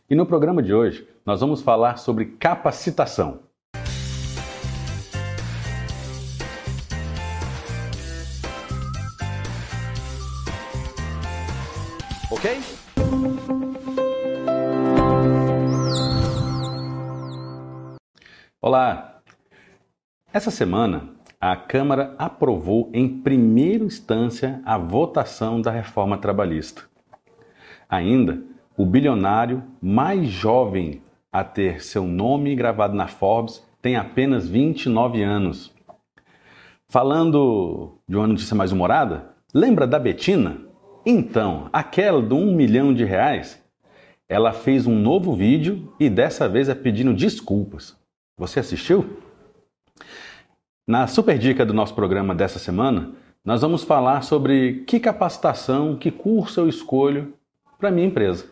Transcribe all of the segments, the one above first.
E no programa de hoje nós vamos falar sobre capacitação. Ok? Olá! Essa semana a Câmara aprovou em primeira instância a votação da reforma trabalhista. Ainda, o bilionário mais jovem a ter seu nome gravado na Forbes tem apenas 29 anos. Falando de uma notícia mais humorada, lembra da Betina? Então, aquela do R$1 milhão, ela fez um novo vídeo e dessa vez é pedindo desculpas. Você assistiu? Na super dica do nosso programa dessa semana, nós vamos falar sobre que capacitação, que curso eu escolho para a minha empresa.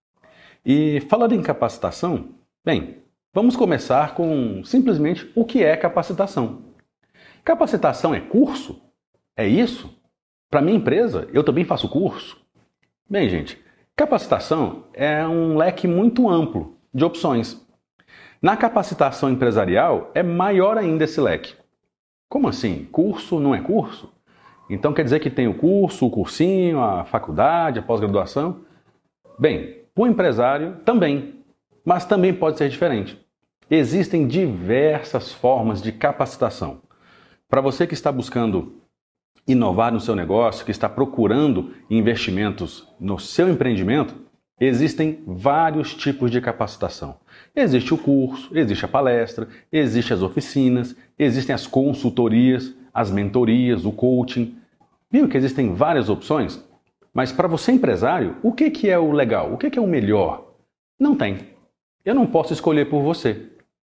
E falando em capacitação, bem, vamos começar com simplesmente o que é capacitação. Capacitação é curso? É isso? Para minha empresa, eu também faço curso? Bem, gente, capacitação é um leque muito amplo de opções. Na capacitação empresarial, é maior ainda esse leque. Como assim? Curso não é curso? Então quer dizer que tem o curso, o cursinho, a faculdade, a pós-graduação? Bem, para o empresário também, mas também pode ser diferente. Existem diversas formas de capacitação. Para você que está buscando inovar no seu negócio, que está procurando investimentos no seu empreendimento, existem vários tipos de capacitação. Existe o curso, existe a palestra, existem as oficinas, existem as consultorias, as mentorias, o coaching. Viu que existem várias opções? Mas para você empresário, o que é o legal? O que é o melhor? Não tem. Eu não posso escolher por você.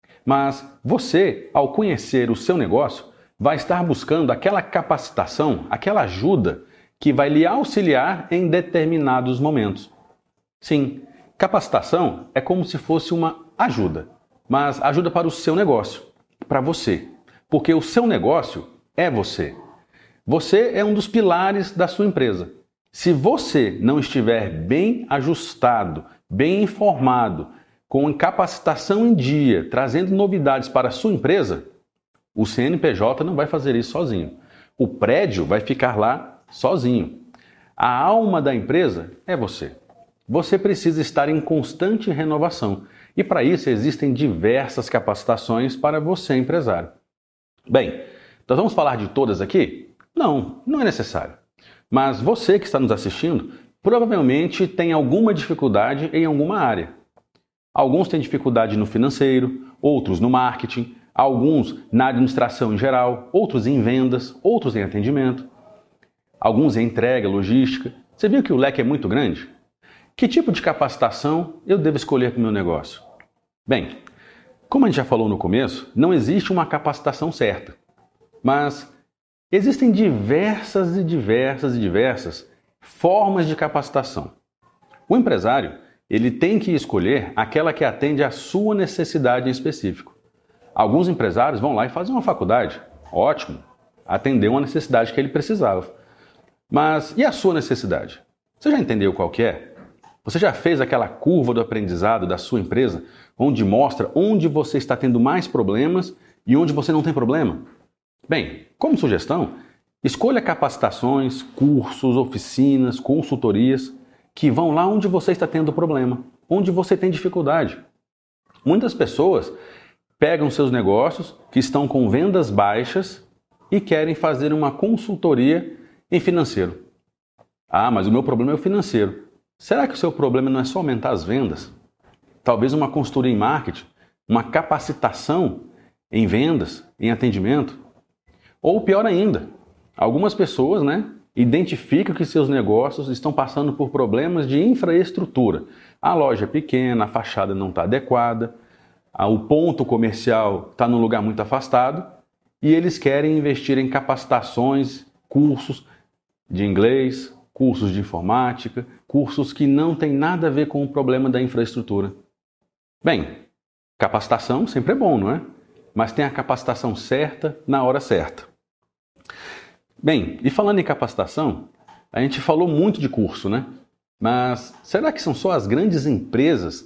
Mas você, ao conhecer o seu negócio, vai estar buscando aquela capacitação, aquela ajuda que vai lhe auxiliar em determinados momentos. Sim, capacitação é como se fosse uma ajuda, mas ajuda para o seu negócio, para você, porque o seu negócio é você. Você é um dos pilares da sua empresa. Se você não estiver bem ajustado, bem informado, com capacitação em dia, trazendo novidades para a sua empresa, o CNPJ não vai fazer isso sozinho. O prédio vai ficar lá sozinho. A alma da empresa é você. Você precisa estar em constante renovação e para isso existem diversas capacitações para você, empresário. Bem, nós vamos falar de todas aqui? Não é necessário. Mas você que está nos assistindo provavelmente tem alguma dificuldade em alguma área. Alguns têm dificuldade no financeiro, outros no marketing, alguns na administração em geral, outros em vendas, outros em atendimento, alguns em entrega, logística. Você viu que o leque é muito grande? Que tipo de capacitação eu devo escolher para o meu negócio? Bem, como a gente já falou no começo, não existe uma capacitação certa, mas existem diversas formas de capacitação. O empresário, ele tem que escolher aquela que atende à sua necessidade em específico. Alguns empresários vão lá e fazem uma faculdade, ótimo, atendeu uma necessidade que ele precisava. Mas e a sua necessidade? Você já entendeu qual que é? Você já fez aquela curva do aprendizado da sua empresa, onde mostra onde você está tendo mais problemas e onde você não tem problema? Bem, como sugestão, escolha capacitações, cursos, oficinas, consultorias que vão lá onde você está tendo problema, onde você tem dificuldade. Muitas pessoas pegam seus negócios que estão com vendas baixas e querem fazer uma consultoria em financeiro. Ah, mas o meu problema é o financeiro. Será que o seu problema não é só aumentar as vendas? Talvez uma consultoria em marketing, uma capacitação em vendas, em atendimento? Ou pior ainda, algumas pessoas, identificam que seus negócios estão passando por problemas de infraestrutura. A loja é pequena, a fachada não está adequada, o ponto comercial está num lugar muito afastado e eles querem investir em capacitações, cursos de inglês, cursos de informática, cursos que não têm nada a ver com o problema da infraestrutura. Bem, capacitação sempre é bom, não é? Mas tem a capacitação certa na hora certa. Bem, e falando em capacitação, a gente falou muito de curso, né? Mas será que são só as grandes empresas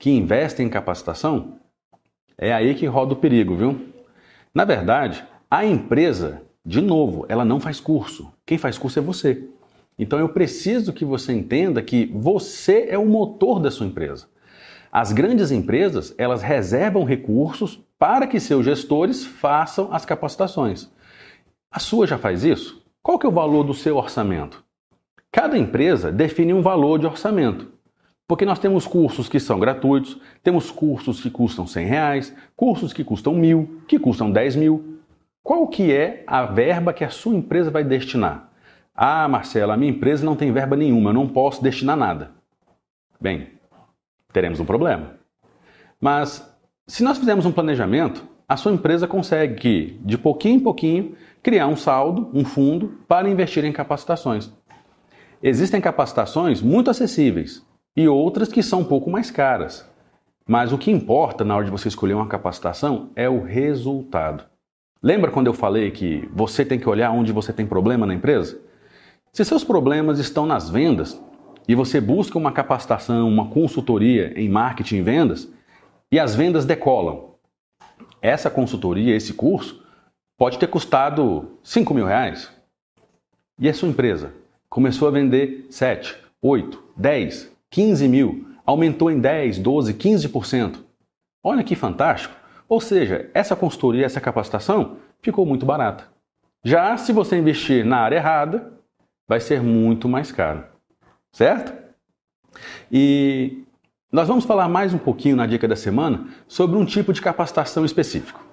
que investem em capacitação, é aí que roda o perigo, viu? Na verdade, a empresa, de novo, ela não faz curso. Quem faz curso é você. Então eu preciso que você entenda que você é o motor da sua empresa. As grandes empresas, elas reservam recursos para que seus gestores façam as capacitações. A sua já faz isso? Qual que é o valor do seu orçamento? Cada empresa define um valor de orçamento. Porque nós temos cursos que são gratuitos, temos cursos que custam R$100, cursos que custam 1.000, que custam 10.000. Qual que é a verba que a sua empresa vai destinar? Ah, Marcelo, a minha empresa não tem verba nenhuma, eu não posso destinar nada. Bem, teremos um problema. Mas, se nós fizermos um planejamento, a sua empresa consegue, de pouquinho em pouquinho, criar um saldo, um fundo, para investir em capacitações. Existem capacitações muito acessíveis e outras que são um pouco mais caras. Mas o que importa na hora de você escolher uma capacitação é o resultado. Lembra quando eu falei que você tem que olhar onde você tem problema na empresa? Se seus problemas estão nas vendas e você busca uma capacitação, uma consultoria em marketing e vendas e as vendas decolam, essa consultoria, esse curso, pode ter custado R$5.000. E a sua empresa começou a vender 7, 8, 10, 15 mil, aumentou em 10, 12, 15%. Olha que fantástico! Ou seja, essa consultoria, essa capacitação ficou muito barata. Já se você investir na área errada, vai ser muito mais caro. Certo? E nós vamos falar mais um pouquinho na dica da semana sobre um tipo de capacitação específico.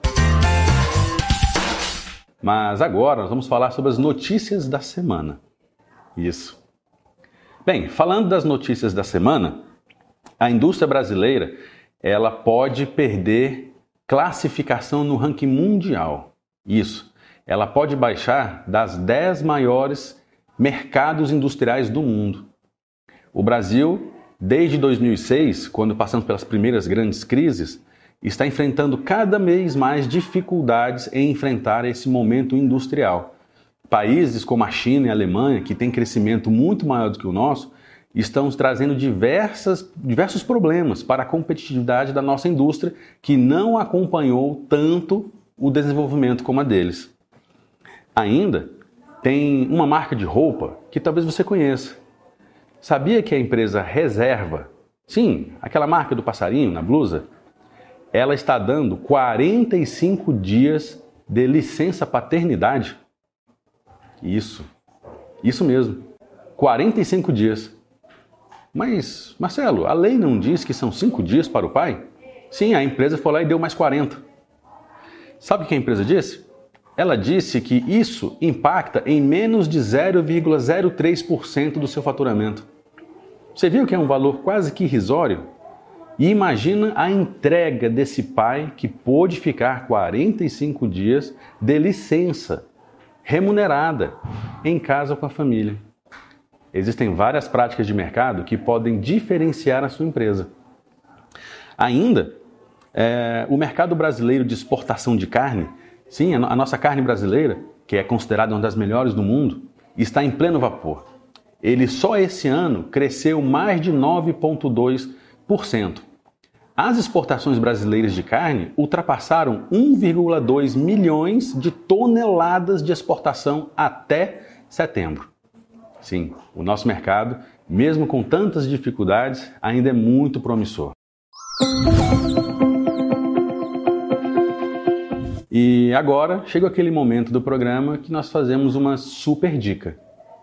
Mas agora nós vamos falar sobre as notícias da semana. Isso. Bem, falando das notícias da semana, a indústria brasileira, ela pode perder classificação no ranking mundial. Isso. Ela pode baixar das 10 maiores mercados industriais do mundo. O Brasil, desde 2006, quando passamos pelas primeiras grandes crises, está enfrentando cada vez mais dificuldades em enfrentar esse momento industrial. Países como a China e a Alemanha, que têm crescimento muito maior do que o nosso, estão trazendo diversos problemas para a competitividade da nossa indústria, que não acompanhou tanto o desenvolvimento como a deles. Ainda tem uma marca de roupa que talvez você conheça. Sabia que a empresa Reserva, sim, aquela marca do passarinho na blusa, ela está dando 45 dias de licença paternidade? Isso mesmo, 45 dias. Mas, Marcelo, a lei não diz que são 5 dias para o pai? Sim, a empresa foi lá e deu mais 40. Sabe o que a empresa disse? Ela disse que isso impacta em menos de 0,03% do seu faturamento. Você viu que é um valor quase que irrisório? E imagina a entrega desse pai que pôde ficar 45 dias de licença remunerada em casa com a família. Existem várias práticas de mercado que podem diferenciar a sua empresa. Ainda, o mercado brasileiro de exportação de carne, sim, a nossa carne brasileira, que é considerada uma das melhores do mundo, está em pleno vapor. Ele só esse ano cresceu mais de 9,2%. As exportações brasileiras de carne ultrapassaram 1,2 milhões de toneladas de exportação até setembro. Sim, o nosso mercado, mesmo com tantas dificuldades, ainda é muito promissor. E agora chega aquele momento do programa que nós fazemos uma super dica.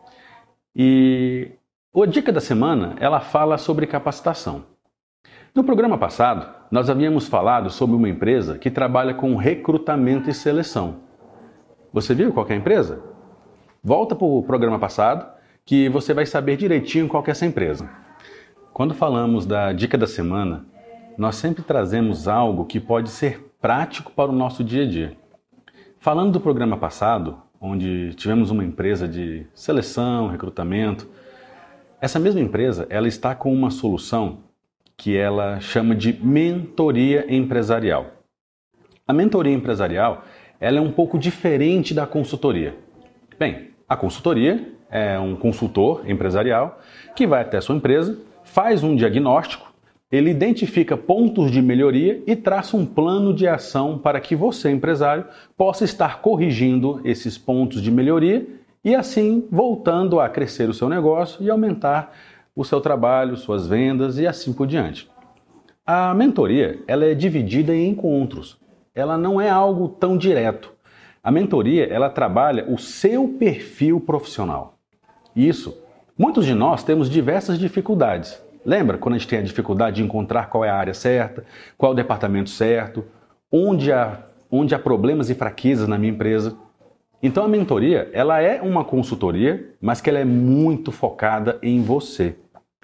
E a dica da semana, ela fala sobre capacitação. No programa passado, nós havíamos falado sobre uma empresa que trabalha com recrutamento e seleção. Você viu qual que é a empresa? Volta para o programa passado que você vai saber direitinho qual que é essa empresa. Quando falamos da dica da semana, nós sempre trazemos algo que pode ser prático para o nosso dia a dia. Falando do programa passado, onde tivemos uma empresa de seleção, recrutamento, essa mesma empresa ela está com uma solução que ela chama de mentoria empresarial. A mentoria empresarial ela é um pouco diferente da consultoria. Bem, a consultoria é um consultor empresarial que vai até a sua empresa, faz um diagnóstico ele identifica pontos de melhoria e traça um plano de ação para que você, empresário, possa estar corrigindo esses pontos de melhoria e assim voltando a crescer o seu negócio e aumentar o seu trabalho, suas vendas e assim por diante. A mentoria, ela é dividida em encontros. Ela não é algo tão direto. A mentoria, ela trabalha o seu perfil profissional. Isso. Muitos de nós temos diversas dificuldades. Lembra quando a gente tem a dificuldade de encontrar qual é a área certa, qual é o departamento certo, onde há problemas e fraquezas na minha empresa? Então a mentoria, ela é uma consultoria, mas que ela é muito focada em você.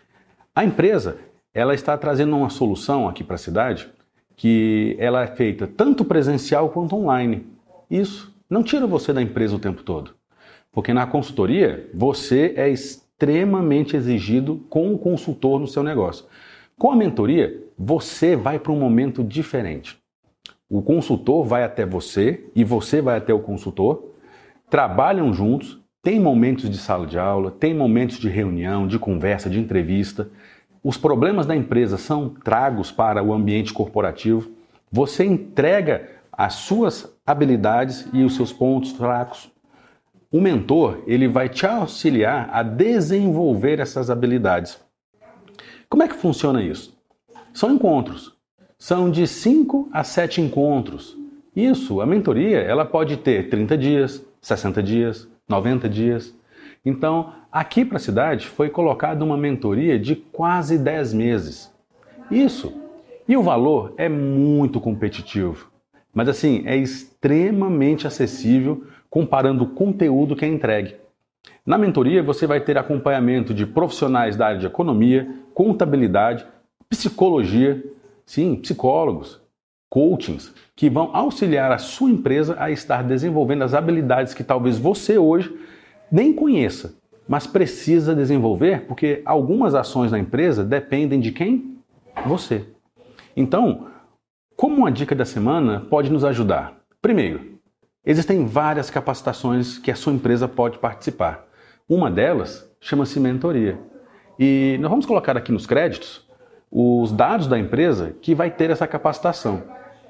A empresa, ela está trazendo uma solução aqui para a cidade que ela é feita tanto presencial quanto online. Isso não tira você da empresa o tempo todo. Porque na consultoria, você é extremamente exigido com o consultor no seu negócio. Com a mentoria, você vai para um momento diferente. O consultor vai até você e você vai até o consultor, trabalham juntos, tem momentos de sala de aula, tem momentos de reunião, de conversa, de entrevista. Os problemas da empresa são tragos para o ambiente corporativo. Você entrega as suas habilidades e os seus pontos fracos. O mentor, ele vai te auxiliar a desenvolver essas habilidades. Como é que funciona isso? São encontros. São de 5 a 7 encontros. Isso, a mentoria, ela pode ter 30 dias, 60 dias, 90 dias. Então, aqui para a cidade foi colocada uma mentoria de quase 10 meses. Isso. E o valor é muito competitivo. Mas assim, é extremamente acessível comparando o conteúdo que é entregue. Na mentoria você vai ter acompanhamento de profissionais da área de economia, contabilidade, psicologia, sim, psicólogos, coachings, que vão auxiliar a sua empresa a estar desenvolvendo as habilidades que talvez você hoje nem conheça, mas precisa desenvolver porque algumas ações da empresa dependem de quem? Você. Então, como uma dica da semana pode nos ajudar? Primeiro, existem várias capacitações que a sua empresa pode participar. Uma delas chama-se mentoria. E nós vamos colocar aqui nos créditos os dados da empresa que vai ter essa capacitação,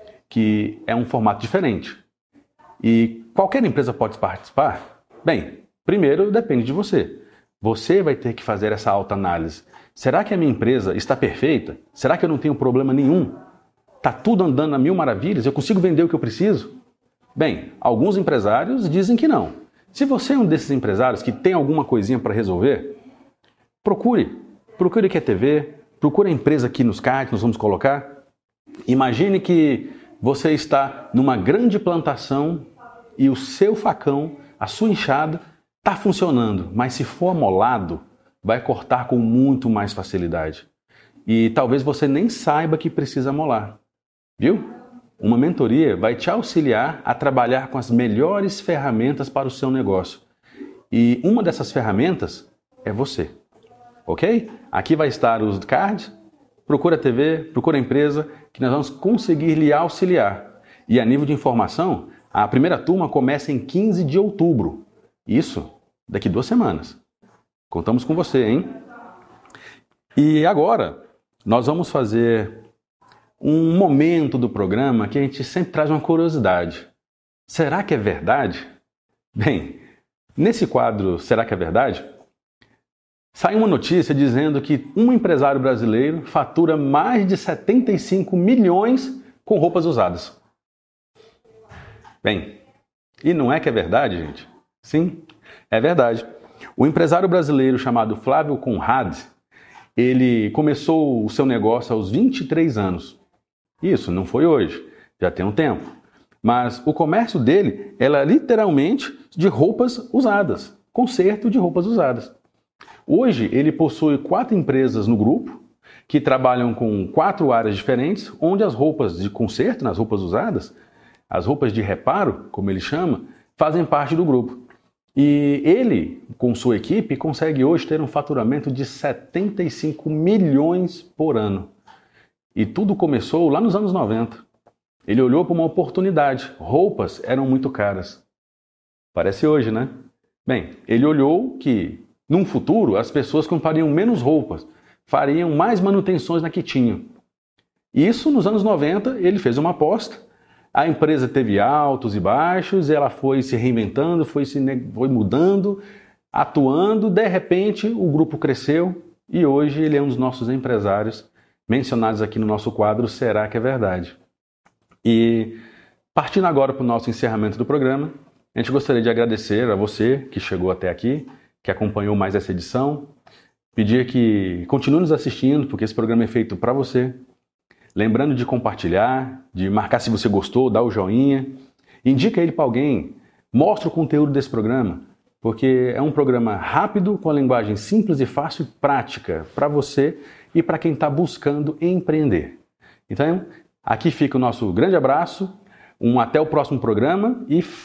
que é um formato diferente. E qualquer empresa pode participar? Bem, primeiro depende de você. Você vai ter que fazer essa autoanálise. Será que a minha empresa está perfeita? Será que eu não tenho problema nenhum? Está tudo andando a mil maravilhas? Eu consigo vender o que eu preciso? Bem, alguns empresários dizem que não. Se você é um desses empresários que tem alguma coisinha para resolver, procure aqui a TV, procure a empresa aqui nos cards, nós vamos colocar. Imagine que você está numa grande plantação e o seu facão, a sua enxada, está funcionando, mas se for amolado, vai cortar com muito mais facilidade. E talvez você nem saiba que precisa amolar. Viu? Uma mentoria vai te auxiliar a trabalhar com as melhores ferramentas para o seu negócio. E uma dessas ferramentas é você. Ok? Aqui vai estar os cards. Procura a TV, procura a empresa, que nós vamos conseguir lhe auxiliar. E a nível de informação, a primeira turma começa em 15 de outubro. Isso, daqui 2 semanas. Contamos com você, hein? E agora, nós vamos fazer um momento do programa que a gente sempre traz uma curiosidade. Será que é verdade? Bem, nesse quadro Será que é verdade? Saiu uma notícia dizendo que um empresário brasileiro fatura mais de 75 milhões com roupas usadas. Bem, e não é que é verdade, gente? Sim, é verdade. O empresário brasileiro chamado Flávio Conrad, ele começou o seu negócio aos 23 anos. Isso não foi hoje, já tem um tempo. Mas o comércio dele era literalmente de roupas usadas, conserto de roupas usadas. Hoje ele possui 4 empresas no grupo, que trabalham com 4 áreas diferentes, onde as roupas de conserto, nas roupas usadas, as roupas de reparo, como ele chama, fazem parte do grupo. E ele, com sua equipe, consegue hoje ter um faturamento de 75 milhões por ano. E tudo começou lá nos anos 90. Ele olhou para uma oportunidade. Roupas eram muito caras. Parece hoje, né? Bem, ele olhou que, num futuro, as pessoas comprariam menos roupas. fariam mais manutenções na que tinham. Isso nos anos 90, ele fez uma aposta, a empresa teve altos e baixos, ela foi se reinventando, foi mudando, atuando, de repente o grupo cresceu e hoje ele é um dos nossos empresários mencionados aqui no nosso quadro Será que é Verdade? E partindo agora para o nosso encerramento do programa, a gente gostaria de agradecer a você que chegou até aqui, que acompanhou mais essa edição, pedir que continue nos assistindo, porque esse programa é feito para você. Lembrando de compartilhar, de marcar se você gostou, dar o joinha, indica ele para alguém, mostra o conteúdo desse programa, porque é um programa rápido, com a linguagem simples e fácil e prática para você e para quem está buscando empreender. Então, aqui fica o nosso grande abraço, até o próximo programa e